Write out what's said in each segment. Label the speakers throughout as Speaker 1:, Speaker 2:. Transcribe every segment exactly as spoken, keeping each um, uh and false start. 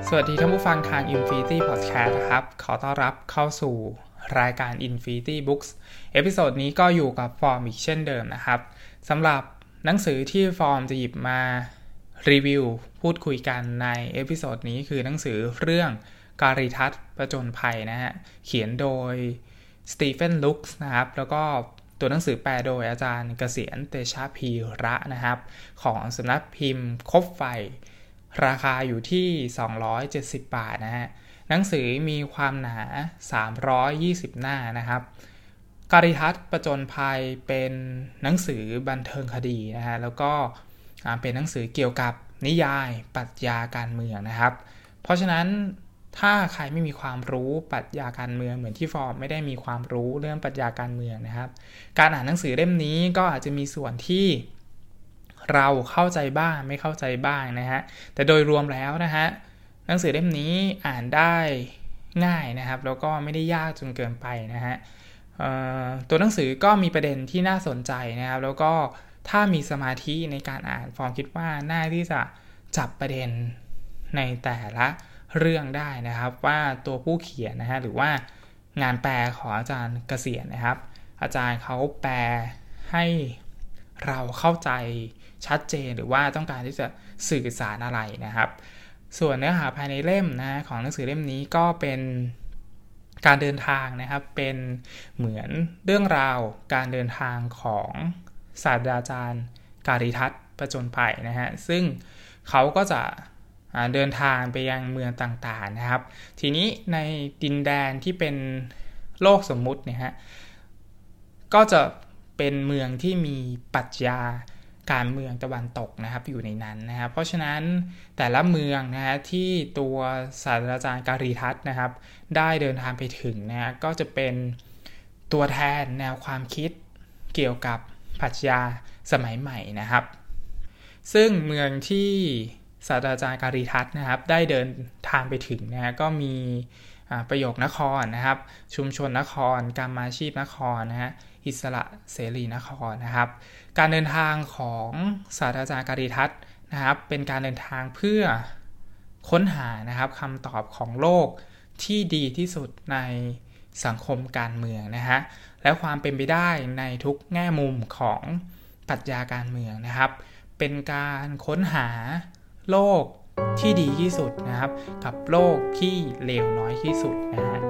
Speaker 1: สวัสดีท่านผู้ฟังทาง Infinity Podcast นะครับขอต้อนรับเข้าสู่รายการ Infinity Books เอพิโซดนี้ก็อยู่กับฟอร์มอีกเช่นเดิมนะครับสำหรับหนังสือที่ฟอร์มจะหยิบมารีวิวพูดคุยกันในเอพิโซดนี้คือหนังสือเรื่องการีทัศน์ประจนภัยนะฮะเขียนโดยสตีเฟนลุคส์นะครับแล้วก็ตัวหนังสือแปลโดยอาจารย์เกษียณเตชะพีระนะครับของสำนักพิมพ์คบไฟราคาอยู่ที่สองร้อยเจ็ดสิบบาทนะฮะหนังสือมีความหนาสามร้อยยี่สิบหน้านะครับการีทัศน์ประจนภัยเป็นหนังสือบันเทิงคดีนะฮะแล้วก็เป็นหนังสือเกี่ยวกับนิยายปรัชญาการเมืองนะครับเพราะฉะนั้นถ้าใครไม่มีความรู้ปรัชญาการเมืองเหมือนที่ฟอร์มไม่ได้มีความรู้เรื่องปรัชญาการเมืองนะครับการอ่านหนังสือเล่มนี้ก็อาจจะมีส่วนที่เราเข้าใจบ้างไม่เข้าใจบ้างนะฮะแต่โดยรวมแล้วนะฮะหนังสือเล่มนี้อ่านได้ง่ายนะครับแล้วก็ไม่ได้ยากจนเกินไปนะฮะตัวหนังสือก็มีประเด็นที่น่าสนใจนะครับแล้วก็ถ้ามีสมาธิในการอ่านฟอร์มคิดว่าน่าที่จะจับประเด็นในแต่ละเรื่องได้นะครับว่าตัวผู้เขียนนะฮะหรือว่างานแปลของอาจารย์เกษียณนะครับอาจารย์เขาแปลให้เราเข้าใจชัดเจนหรือว่าต้องการที่จะสื่อสารอะไรนะครับส่วนเนื้อหาภายในเล่มนะของหนังสือเล่มนี้ก็เป็นการเดินทางนะครับเป็นเหมือนเรื่องราวการเดินทางของศาสตราจารย์การีทัศน์ประจนภัยนะฮะซึ่งเขาก็จะเดินทางไปยังเมืองต่างๆนะครับทีนี้ในดินแดนที่เป็นโลกสมมุติเนี่ยฮะก็จะเป็นเมืองที่มีปรัชญาการเมืองตะวันตกนะครับอยู่ในนั้นนะครับเพราะฉะนั้นแต่ละเมืองนะฮะที่ตัวศาสตราจารย์การีทัศน์นะครับได้เดินทางไปถึงนะฮะก็จะเป็นตัวแทนแนวความคิดเกี่ยวกับปรัชญาสมัยใหม่นะครับซึ่งเมืองที่ศาสตราจารย์การีทัศน์นะครับได้เดินทางไปถึงนะฮะก็มีประโยคนครนะครับชุมชนนครกรรมาชีพนครนะฮะอิสระเสรีนครนะครับการเดินทางของศาสตราจารย์การีทัศน์นะครับเป็นการเดินทางเพื่อค้นหานะครับคำตอบของโลกที่ดีที่สุดในสังคมการเมืองนะฮะและความเป็นไปได้ในทุกแง่มุมของปรัชญาการเมืองนะครับเป็นการค้นหาโลกที่ดีที่สุดนะครับกับโลกที่เลวน้อยที่สุดนะฮะ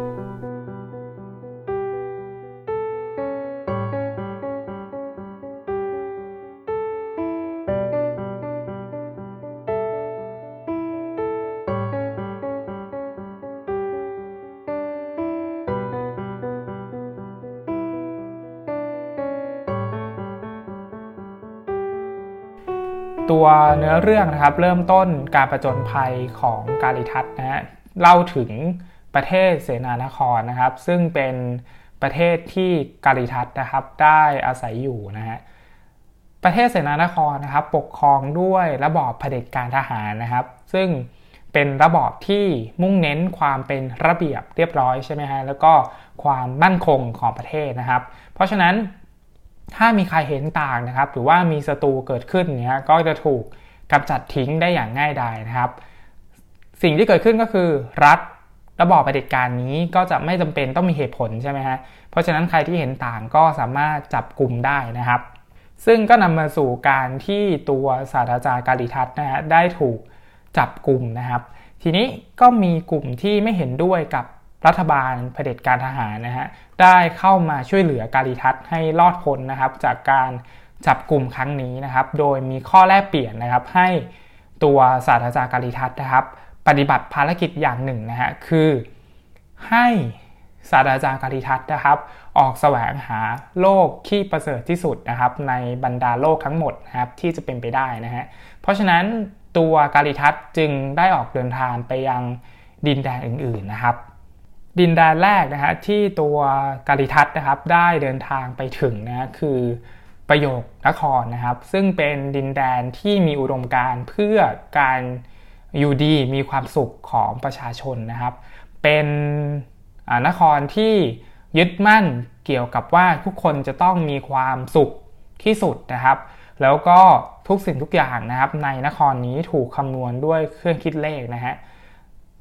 Speaker 1: ตัวเนื้อเรื่องนะครับเริ่มต้นการผจญภัยของการีทัศน์นะฮะเล่าถึงประเทศเสนานครนะครับซึ่งเป็นประเทศที่การีทัศน์นะครับได้อาศัยอยู่นะฮะประเทศเสนานครนะครับปกครองด้วยระบอบเผด็จการทหารนะครับซึ่งเป็นระบอบที่มุ่งเน้นความเป็นระเบียบเรียบร้อยใช่ไหมฮะแล้วก็ความมั่นคงของประเทศนะครับเพราะฉะนั้นถ้ามีใครเห็นต่างนะครับหรือว่ามีศัตรูเกิดขึ้นเนี่ยก็จะถูกกำจัดทิ้งได้อย่างง่ายดายนะครับสิ่งที่เกิดขึ้นก็คือรัฐระบอบเผด็จการนี้ก็จะไม่จำเป็นต้องมีเหตุผลใช่ไหมฮะเพราะฉะนั้นใครที่เห็นต่างก็สามารถจับกลุ่มได้นะครับซึ่งก็นำมาสู่การที่ตัวศาสตราจารย์การีทัศน์นะฮะได้ถูกจับกลุ่มนะครับทีนี้ก็มีกลุ่มที่ไม่เห็นด้วยกับรัฐบาลเผด็จการทหารนะฮะได้เข้ามาช่วยเหลือการีทัศน์ให้รอดพ้นนะครับจากการจับกลุ่มครั้งนี้นะครับโดยมีข้อแลกเปลี่ยนนะครับให้ตัวศาสตราจารย์การีทัศน์นะครับปฏิบัติภารกิจอย่างหนึ่งนะฮะคือให้ศาสตราจารย์การีทัศน์นะครับออกแสวงหาโลกที่ประเสริฐที่สุดนะครับในบรรดาโลกทั้งหมดนะครับที่จะเป็นไปได้นะฮะเพราะฉะนั้นตัวการีทัศน์จึงได้ออกเดินทางไปยังดินแดนอื่นๆนะครับดินแดนแรกนะฮะที่ตัวการีทัศน์นะครับได้เดินทางไปถึงนะคือประโยคนครนะครับซึ่งเป็นดินแดนที่มีอุดมการณ์เพื่อการอยู่ดีมีความสุขของประชาชนนะครับเป็นนครที่ยึดมั่นเกี่ยวกับว่าทุกคนจะต้องมีความสุขที่สุดนะครับแล้วก็ทุกสิ่งทุกอย่างนะครับในนครนี้ถูกคำนวณด้วยเครื่องคิดเลขนะฮะ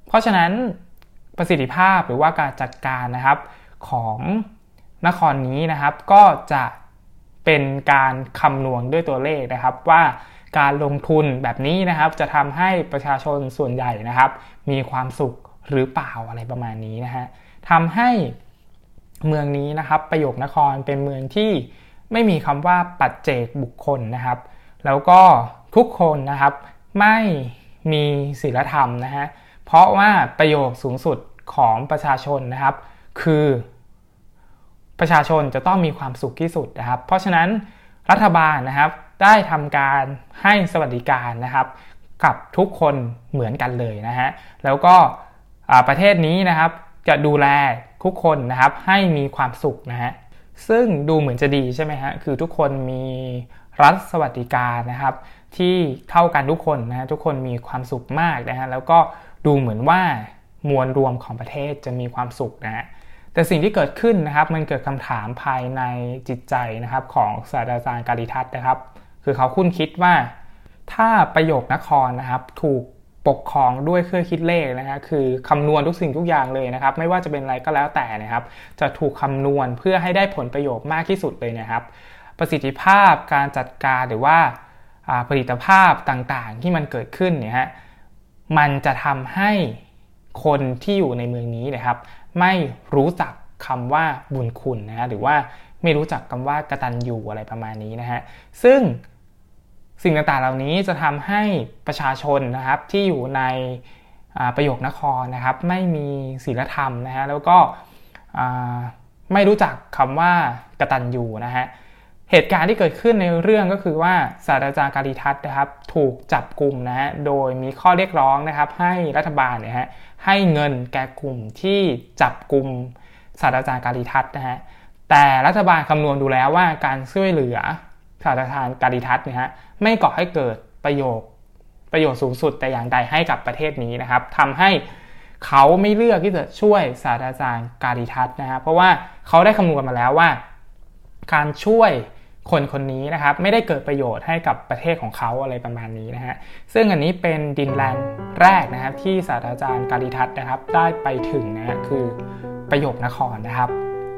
Speaker 1: เพราะฉะนั้นประสิทธิภาพหรือว่าการจัดการนะครับของนครนี้นะครับก็จะเป็นการคำนวณด้วยตัวเลขนะครับว่าการลงทุนแบบนี้นะครับจะทำให้ประชาชนส่วนใหญ่นะครับมีความสุขหรือเปล่าอะไรประมาณนี้นะฮะทำให้เมืองนี้นะครับประโยคนครเป็นเมืองที่ไม่มีคำว่าปัจเจกบุคคลนะครับแล้วก็ทุกคนนะครับไม่มีศีลธรรมนะฮะเพราะว่าประโยคสูงสุดของประชาชนนะครับคือประชาชนจะต้องมีความสุขที่สุดนะครับเพราะฉะนั้นรัฐบาลนะครับได้ทำการให้สวัสดิการนะครับกับทุกคนเหมือนกันเลยนะฮะแล้วก็ประเทศนี้นะครับจะดูแลทุกคนนะครับให้มีความสุขนะฮะซึ่งดูเหมือนจะดีใช่ไหมฮะคือทุกคนมีรัฐสวัสดิการนะครับที่เท่ากันทุกคนนะฮะทุกคนมีความสุขมากนะฮะแล้วก็ดูเหมือนว่ามวลรวมของประเทศจะมีความสุขนะฮะแต่สิ่งที่เกิดขึ้นนะครับมันเกิดคำถามภายในจิตใจนะครับของศาสตราจารย์การิทัศน์นะครับคือเขาคุ้นคิดว่าถ้าประโยคนครนะครับถูกปกครองด้วยเครื่องคิดเลขนะฮะคือคำนวณทุกสิ่งทุกอย่างเลยนะครับไม่ว่าจะเป็นอะไรก็แล้วแต่นะครับจะถูกคำนวณเพื่อให้ได้ผลประโยชน์มากที่สุดเลยนะครับประสิทธิภาพการจัดการหรือว่าผลิตภาพต่างๆที่มันเกิดขึ้นเนี่ยฮะมันจะทำให้คนที่อยู่ในเมืองนี้นะครับไม่รู้จักคำว่าบุญคุณนะฮะหรือว่าไม่รู้จักคำว่ากตัญญูอะไรประมาณนี้นะฮะซึ่งสิ่งต่างๆเหล่านี้จะทำให้ประชาชนนะครับที่อยู่ในประโยคนครนะครับไม่มีศีลธรรมนะฮะแล้วก็ไม่รู้จักคำว่ากตัญญูนะฮะเหตุการณ์ที่เกิดขึ้นในเรื่องก็คือว่าศาสตราจารย์การิทัศน์นะครับถูกจับกุมนะฮะโดยมีข้อเรียกร้องนะครับให้รัฐบาลเนี่ยฮะให้เงินแก่กลุ่มที่จับกุมศาสตราจารย์การิทัศน์นะฮะแต่รัฐบาลคำนวณดูแล้วว่าการช่วยเหลือศาสตราจารย์การิทัศน์เนี่ยฮะไม่ก่อให้เกิดประโยชน์ประโยชน์สูงสุดแต่อย่างใดให้กับประเทศนี้นะครับทำให้เขาไม่เลือกที่จะช่วยศาสตราจารย์การิทัศน์นะฮะเพราะว่าเขาได้คำนวณมาแล้วว่าการช่วยคนคนนี้นะครับไม่ได้เกิดประโยชน์ให้กับประเทศของเขาอะไรประมาณนี้นะฮะซึ่งอันนี้เป็นดินแดนแรกนะครับที่ศาสตราจารย์การิทัศน์นะครับได้ไปถึงนะฮะคือประโยคนครนะครับ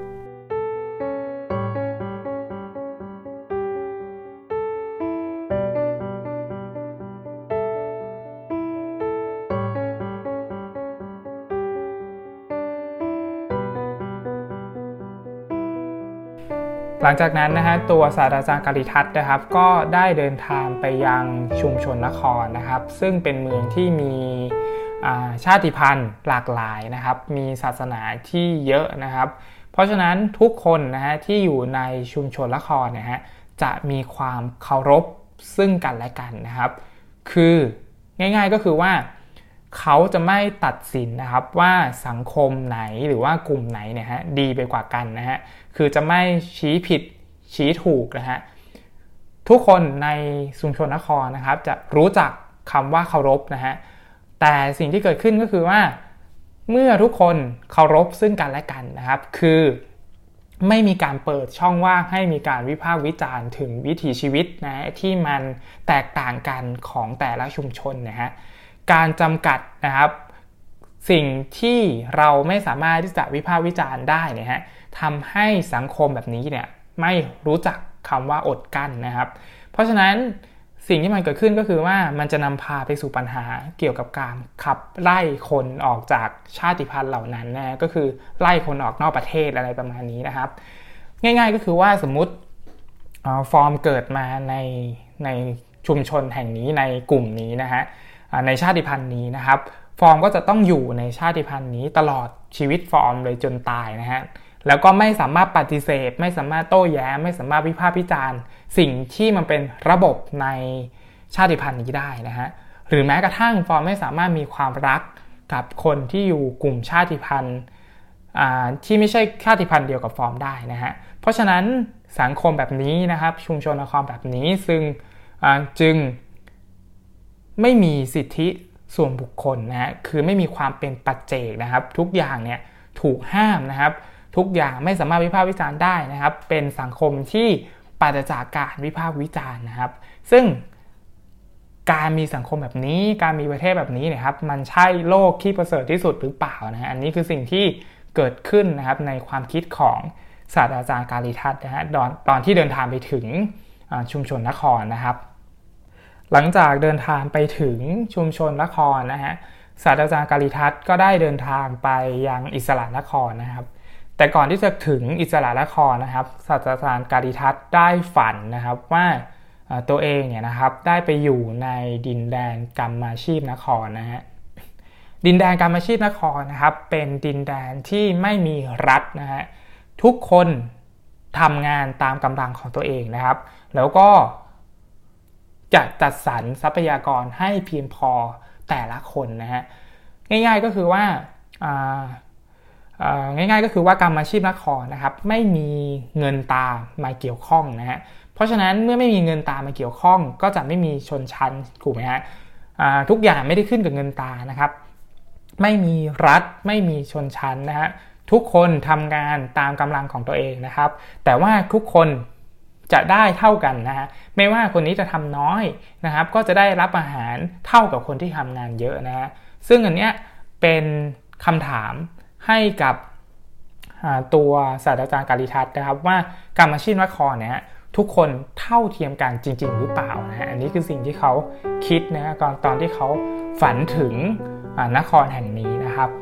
Speaker 1: หลังจากนั้นนะฮะตัวศาสตราจารย์การิทัศน์นะครับก็ได้เดินทางไปยังชุมชนนครนะครับซึ่งเป็นเมืองที่มีชาติพันธุ์หลากหลายนะครับมีศาสนาที่เยอะนะครับเพราะฉะนั้นทุกคนนะฮะที่อยู่ในชุมชนนครเนี่ยฮะจะมีความเคารพซึ่งกันและกันนะครับคือง่ายๆก็คือว่าเขาจะไม่ตัดสินนะครับว่าสังคมไหนหรือว่ากลุ่มไหนเนี่ยฮะดีไปกว่ากันนะฮะคือจะไม่ชี้ผิดชี้ถูกนะฮะทุกคนในชุมชนนครนะครับจะรู้จักคำว่าเคารพนะฮะแต่สิ่งที่เกิดขึ้นก็คือว่าเมื่อทุกคนเคารพซึ่งกันและกันนะครับคือไม่มีการเปิดช่องว่างให้มีการวิพากษ์วิจารณ์ถึงวิถีชีวิตนะที่มันแตกต่างกันของแต่ละชุมชนนะฮะการจำกัดนะครับสิ่งที่เราไม่สามารถที่จะวิพากษ์วิจารณ์ได้เนี่ยฮะทำให้สังคมแบบนี้เนี่ยไม่รู้จักคำว่าอดกั้นนะครับเพราะฉะนั้นสิ่งที่มันเกิดขึ้นก็คือว่ามันจะนำพาไปสู่ปัญหาเกี่ยวกับการขับไล่คนออกจากชาติพันธุ์เหล่านั้นนะก็คือไล่คนออกนอกประเทศอะไรประมาณนี้นะครับง่ายๆก็คือว่าสมมุติฟอร์มเกิดมาในในชุมชนแห่งนี้ในกลุ่มนี้นะฮะในชาติพันธุ์นี้นะครับฟอร์มก็จะต้องอยู่ในชาติพันธุ์นี้ตลอดชีวิตฟอร์มเลยจนตายนะฮะแล้วก็ไม่สามารถปฏิเสธไม่สามารถโต้แย้งไม่สามารถวิพากษ์วิจารณ์สิ่งที่มันเป็นระบบในชาติพันธุ์นี้ได้นะฮะหรือแม้กระทั่งฟอร์มไม่สามารถมีความรักกับคนที่อยู่กลุ่มชาติพันธุ์ที่ไม่ใช่ชาติพันธุ์เดียวกับฟอร์มได้นะฮะเพราะฉะนั้นสังคมแบบนี้นะครับชุมชนนครแบบนี้ซึ่งจึงไม่มีสิทธิส่วนบุคคลนะฮะคือไม่มีความเป็นปัจเจกนะครับทุกอย่างเนี่ยถูกห้ามนะครับทุกอย่างไม่สามารถวิพากษ์วิจารณ์ได้นะครับเป็นสังคมที่ปราศจากการวิพากษ์วิจารณ์นะครับซึ่งการมีสังคมแบบนี้การมีประเทศแบบนี้เนี่ยครับมันใช่โลกที่ประเสริฐที่สุดหรือเปล่านะฮะอันนี้คือสิ่งที่เกิดขึ้นนะครับในความคิดของศาสตราจารย์การิทัศน์นะฮะตอนตอนที่เดินทางไปถึงชุมชนนครนะครับหลังจากเดินทางไปถึงชุมชนนครนะฮะศาสตราจารย์การิทัศน์ก็ได้เดินทางไปยังอิสระนครนะครับแต่ก่อนที่จะถึงอิสระนครนะครับศาสตราจารย์การิทัศน์ได้ฝันนะครับว่าตัวเองเนี่ยนะครับได้ไปอยู่ในดินแดนกรรมาชีพนครนะฮะดินแดนกรรมาชีพนครนะครับเป็นดินแดนที่ไม่มีรัฐนะฮะทุกคนทำงานตามกำลังของตัวเองนะครับแล้วก็จะจัดสรรทรัพยากรให้เพียงพอแต่ละคนนะฮะง่ายๆก็คือว่าง่ายๆก็คือว่ากรรมาชีพนครนะครับไม่มีเงินตามาเกี่ยวข้องนะฮะเพราะฉะนั้นเมื่อไม่มีเงินตามาเกี่ยวข้องก็จะไม่มีชนชั้นถูกไหมฮะทุกอย่างไม่ได้ขึ้นกับเงินตานะครับไม่มีรัฐไม่มีชนชั้นนะฮะทุกคนทำงานตามกำลังของตัวเองนะครับแต่ว่าทุกคนจะได้เท่ากันนะฮะไม่ว่าคนนี้จะทำน้อยนะครับก็จะได้รับอาหารเท่ากับคนที่ทำงานเยอะนะฮะซึ่งอันเนี้ยเป็นคำถามให้กับตัวศาสตราจารย์การิทัศน์นะครับว่ากรรมอาชีพนครเนี่ยทุกคนเท่าเทียมกันจริงๆหรือเปล่านะฮะอันนี้คือสิ่งที่เขาคิดนะตอนตอนที่เขาฝันถึงนครแห่งนี้นะครับ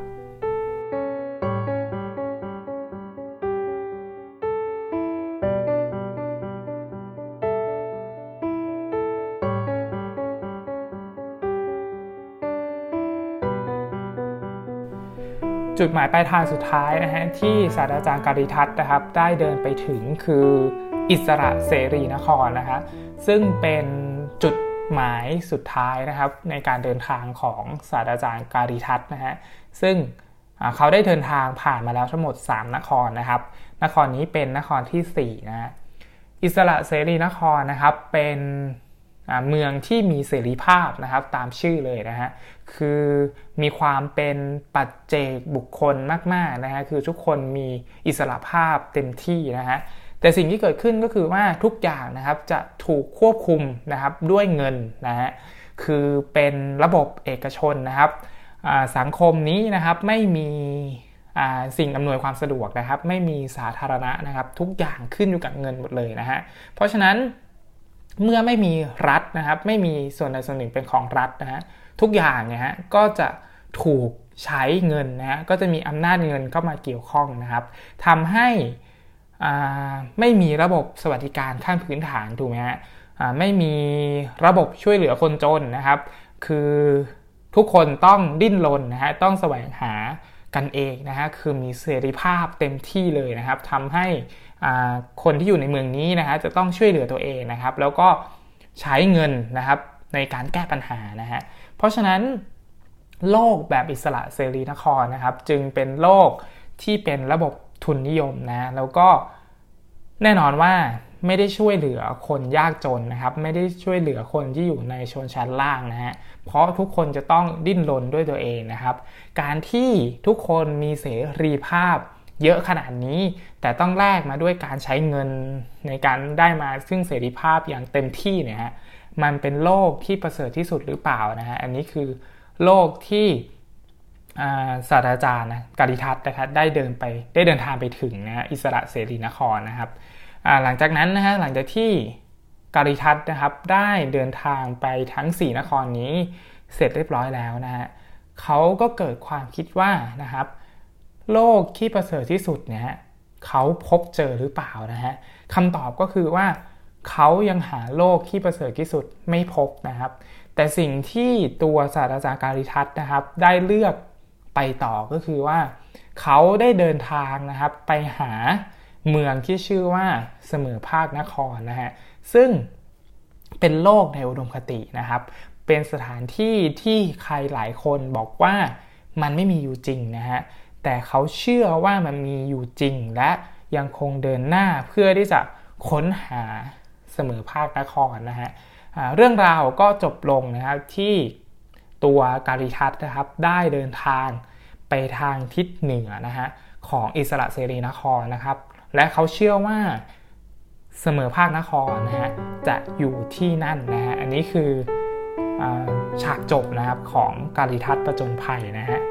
Speaker 1: จุดหมายปลายทางสุดท้ายนะฮะที่ศาสตราจารย์การิทัศน์นะครับได้เดินไปถึงคืออิสระเสรีนครนะครับซึ่งเป็นจุดหมายสุดท้ายนะครับในการเดินทางของศาสตราจารย์การิทัศน์นะฮะซึ่งเขาได้เดินทางผ่านมาแล้วทั้งหมดสามนครนะครับนครนี้เป็นนครที่สี่นะฮะอิสระเสรีนครนะครับเป็นเมืองที่มีเสรีภาพนะครับตามชื่อเลยนะฮะคือมีความเป็นปัจเจกบุคคลมากๆนะฮะคือทุกคนมีอิสระภาพเต็มที่นะฮะแต่สิ่งที่เกิดขึ้นก็คือว่าทุกอย่างนะครับจะถูกควบคุมนะครับด้วยเงินนะฮะคือเป็นระบบเอกชนนะครับสังคมนี้นะครับไม่มีสิ่งอำนวยความสะดวกนะครับไม่มีสาธารณะนะครับทุกอย่างขึ้นอยู่กับเงินหมดเลยนะฮะเพราะฉะนั้นเมื่อไม่มีรัฐนะครับไม่มีส่วนใดส่วนหนึ่งเป็นของรัฐนะฮะทุกอย่างเนี่ยฮะก็จะถูกใช้เงินนะฮะก็จะมีอำนาจเงินเข้ามาเกี่ยวข้องนะครับทำให้ไม่มีระบบสวัสดิการขั้นพื้นฐานถูกไหมฮะไม่มีระบบช่วยเหลือคนจนนะครับคือทุกคนต้องดิ้นรนนะฮะต้องแสวงหากันเองนะฮะคือมีเสรีภาพเต็มที่เลยนะครับทำให้คนที่อยู่ในเมืองนี้นะฮะจะต้องช่วยเหลือตัวเองนะครับแล้วก็ใช้เงินนะครับในการแก้ปัญหานะฮะเพราะฉะนั้นโลกแบบอิสระเสรีนครนะครับจึงเป็นโลกที่เป็นระบบทุนนิยมนะแล้วก็แน่นอนว่าไม่ได้ช่วยเหลือคนยากจนนะครับไม่ได้ช่วยเหลือคนที่อยู่ในชนชั้นล่างนะฮะเพราะทุกคนจะต้องดิ้นรนด้วยตัวเองนะครับการที่ทุกคนมีเสรีภาพเยอะขนาดนี้แต่ต้องแลกมาด้วยการใช้เงินในการได้มาซึ่งเสรีภาพอย่างเต็มที่เนี่ยฮะมันเป็นโลกที่ประเสริฐที่สุดหรือเปล่านะฮะอันนี้คือโลกที่ศาสตราจารย์นะการิทัศน์นะครับได้เดินไปได้เดินทางไปถึงนะอิสระเสรีนครนะครับหลังจากนั้นนะฮะหลังจากที่การิทัศน์นะครับได้เดินทางไปทั้งสี่นครนี้เสร็จเรียบร้อยแล้วนะฮะเขาก็เกิดความคิดว่านะครับโลกที่ประเสริฐที่สุดเนี่ยเขาพบเจอหรือเปล่านะฮะคำตอบก็คือว่าเขายังหาโลกที่ประเสริฐที่สุดไม่พบนะครับแต่สิ่งที่ตัวศาสตราจารย์การิทัศน์นะครับได้เลือกไปต่อก็คือว่าเขาได้เดินทางนะครับไปหาเมืองที่ชื่อว่าเสมอภาคนครนะฮะซึ่งเป็นโลกในอุดมคตินะครับเป็นสถานที่ที่ใครหลายคนบอกว่ามันไม่มีอยู่จริงนะฮะแต่เขาเชื่อว่ามันมีอยู่จริงและยังคงเดินหน้าเพื่อที่จะค้นหาเสมอภาคนครนะฮะเรื่องราวก็จบลงนะครับที่ตัวการิทัศน์นะครับได้เดินทางไปทางทิศเหนือนะฮะของอิสระเสรีนครนะครับและเขาเชื่อว่าเสมอภาคนครนะฮะจะอยู่ที่นั่นนะฮะอันนี้คือฉากจบนะครับของการิทัศน์ผจญภัยนะฮะ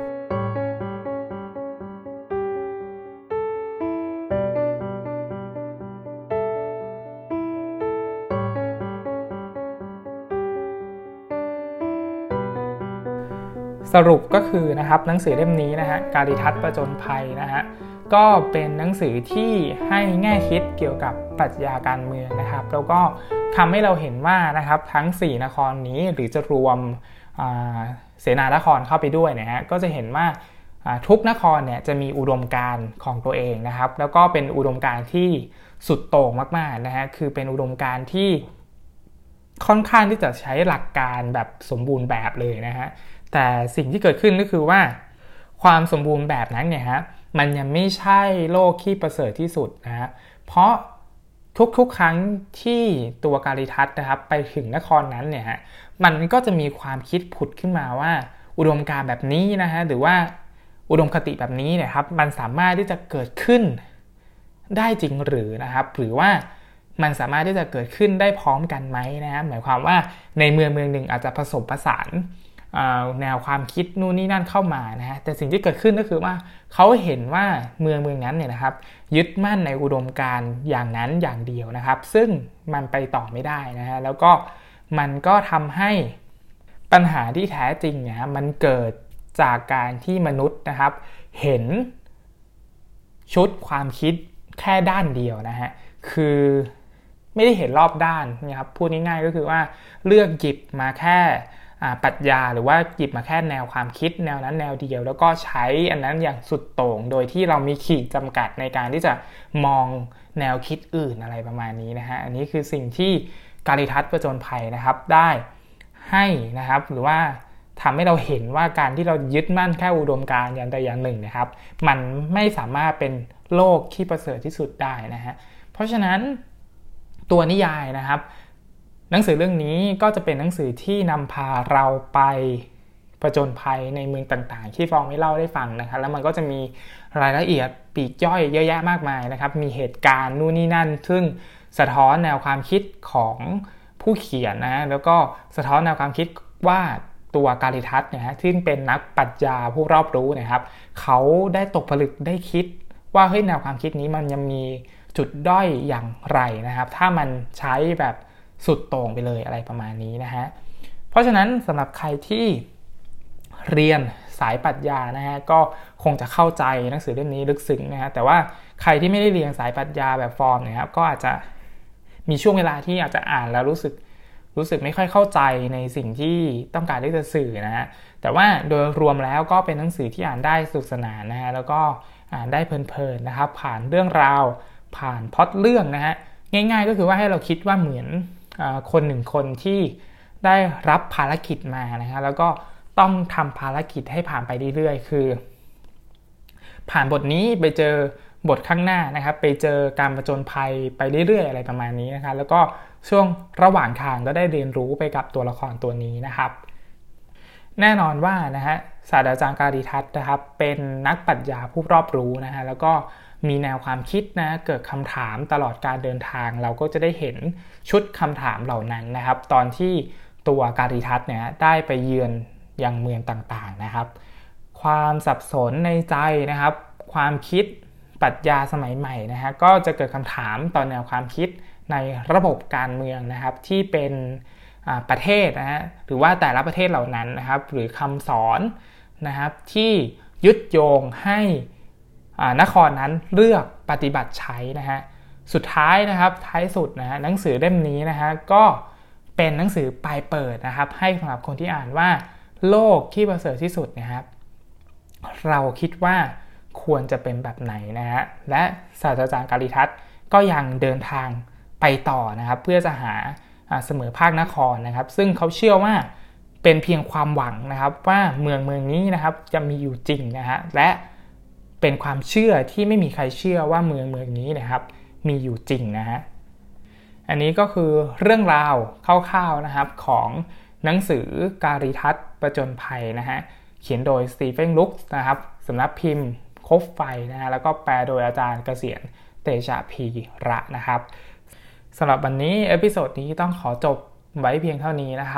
Speaker 1: สรุปก็คือนะครับหนังสือเล่มนี้นะฮะการิทัศน์ผจญภัยนะฮะก็เป็นหนังสือที่ให้แง่คิดเกี่ยวกับปรัชญาการเมืองนะครับแล้วก็ทำให้เราเห็นว่านะครับทั้งสี่นครนี้หรือจะรวมเสนานครเข้าไปด้วยนะฮะก็จะเห็นว่าทุกนครเนี่ยจะมีอุดมการณ์ของตัวเองนะครับแล้วก็เป็นอุดมการณ์ที่สุดโต่งมากๆนะฮะคือเป็นอุดมการณ์ที่ค่อนข้างที่จะใช้หลักการแบบสมบูรณ์แบบเลยนะฮะแต่สิ่งที่เกิดขึ้นก็คือว่าความสมบูรณ์แบบนั้นเนี่ยฮะมันยังไม่ใช่โลกที่ประเสริฐที่สุดนะฮะเพราะทุกๆครั้งที่ตัวการิทัศน์นะครับไปถึงนครนั้นเนี่ยฮะมันก็จะมีความคิดผุดขึ้นมาว่าอุดมการณ์แบบนี้นะฮะหรือว่าอุดมคติแบบนี้เนี่ยครับมันสามารถที่จะเกิดขึ้นได้จริงหรือนะครับหรือว่ามันสามารถที่จะเกิดขึ้นได้พร้อมกันไหมนะฮะหมายความว่าในเมืองเมืองหนึ่งอาจจะผสมผสานแนวความคิดนู่นนี่นั่นเข้ามานะฮะแต่สิ่งที่เกิดขึ้นก็คือว่าเขาเห็นว่าเมืองเมืองนั้นเนี่ยนะครับยึดมั่นในอุดมการณ์อย่างนั้นอย่างเดียวนะครับซึ่งมันไปต่อไม่ได้นะฮะแล้วก็มันก็ทำให้ปัญหาที่แท้จริงเนี่ยมันเกิดจากการที่มนุษย์นะครับเห็นชุดความคิดแค่ด้านเดียวนะฮะคือไม่ได้เห็นรอบด้านนะครับพูดง่ายๆก็คือว่าเลือกหยิบมาแค่ปรัชญาหรือว่าหยิบมาแค่แนวความคิดแนวนั้นแนวเดียวแล้วก็ใช้อันนั้นอย่างสุดโต่งโดยที่เรามีขีดจำกัดในการที่จะมองแนวคิดอื่นอะไรประมาณนี้นะฮะอันนี้คือสิ่งที่การิทัศน์ผจญภัยนะครับได้ให้นะครับหรือว่าทำให้เราเห็นว่าการที่เรายึดมั่นแค่อุดมการณ์อย่างใดอย่างหนึ่งนะครับมันไม่สามารถเป็นโลกที่ประเสริฐที่สุดได้นะฮะเพราะฉะนั้นตัวนิยายนะครับหนังสือเรื่องนี้ก็จะเป็นหนังสือที่นำพาเราไปผจญภัยในเมืองต่างๆที่ฟองไม่เล่าได้ฟังนะครับแล้วมันก็จะมีรายละเอียดปลีกย่อยเยอะแยะมากมายนะครับมีเหตุการณ์นู่นนี่นั่นซึ่งสะท้อนแนวความคิดของผู้เขียนนะแล้วก็สะท้อนแนวความคิดว่าตัวการิทัศน์เนี่ยที่เป็นนักปรัชญาผู้รอบรู้นะครับเขาได้ตกผลึกได้คิดว่าเฮ้ยแนวความคิดนี้มันยังมีจุดด้อยอย่างไรนะครับถ้ามันใช้แบบสุดโต่งไปเลยอะไรประมาณนี้นะฮะเพราะฉะนั้นสำหรับใครที่เรียนสายปรัชญานะฮะก็คงจะเข้าใจหนังสือเล่มนี้ลึกซึ้งนะฮะแต่ว่าใครที่ไม่ได้เรียนสายปรัชญาแบบฟอร์มนะครับก็อาจจะมีช่วงเวลาที่อาจจะอ่านแล้วรู้สึกรู้สึกไม่ค่อยเข้าใจในสิ่งที่ต้องการที่จะสื่อนะฮะแต่ว่าโดยรวมแล้วก็เป็นหนังสือที่อ่านได้สนุกสนานนะฮะแล้วก็อ่านได้เพลินๆนะครับผ่านเรื่องราวผ่านพล็อตเรื่องนะฮะง่ายๆก็คือว่าให้เราคิดว่าเหมือนคนหนึ่งคนที่ได้รับภารกิจมานะฮะแล้วก็ต้องทำภารกิจให้ผ่านไปเรื่อยๆคือผ่านบทนี้ไปเจอบทข้างหน้านะครับไปเจอการผจญภัยไปเรื่อยๆอะไรประมาณนี้นะคะแล้วก็ช่วงระหว่างทางก็ได้เรียนรู้ไปกับตัวละครตัวนี้นะครับแน่นอนว่านะฮะศาสตราจารย์การิทัศน์นะครับเป็นนักปรัชญาผู้รอบรู้นะฮะแล้วก็มีแนวความคิดนะเกิดคำถามตลอดการเดินทางเราก็จะได้เห็นชุดคำถามเหล่านั้นนะครับตอนที่ตัวการิทัศน์เนี่ยได้ไปเยือนยังเมืองต่างๆนะครับความสับสนในใจนะครับความคิดปรัชญาสมัยใหม่นะฮะก็จะเกิดคำถามต่อแนวความคิดในระบบการเมืองนะครับที่เป็นประเทศนะฮะหรือว่าแต่ละประเทศเหล่านั้นนะครับหรือคำสอนนะครับที่ยึดโยงให้นครนั้นเลือกปฏิบัติใช้นะฮะสุดท้ายนะครับท้ายสุดนะฮะหนังสือเล่มนี้นะฮะก็เป็นหนังสือปลายเปิดนะครับให้สำหรับคนที่อ่านว่าโลกที่ประเสริฐที่สุดนะครับเราคิดว่าควรจะเป็นแบบไหนนะฮะและศาสตราจารย์การิทัศน์ก็ยังเดินทางไปต่อนะครับเพื่อจะหาเสมอภาคนครนะครับซึ่งเขาเชื่อว่าเป็นเพียงความหวังนะครับว่าเมืองเมืองนี้นะครับจะมีอยู่จริงนะฮะและเป็นความเชื่อที่ไม่มีใครเชื่อว่าเมืองเมืองนี้นะครับมีอยู่จริงนะฮะอันนี้ก็คือเรื่องราวคร่าวๆนะครับของหนังสือการิทัศน์ผจญภัยนะฮะเขียนโดยสตีเฟนลุคส์นะครับสำนักพิมพ์คบไฟนะฮะแล้วก็แปลโดยอาจารย์เกษียณเตชะพีระนะครับสำหรับวันนี้เอพิโซดนี้ต้องขอจบไว้เพียงเท่านี้นะครับ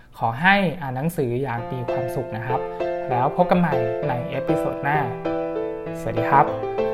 Speaker 1: ขอให้อ่านหนังสืออย่างมีความสุขนะครับแล้วพบกันใหม่ในเอพิโซดหน้าสวัสดีครับ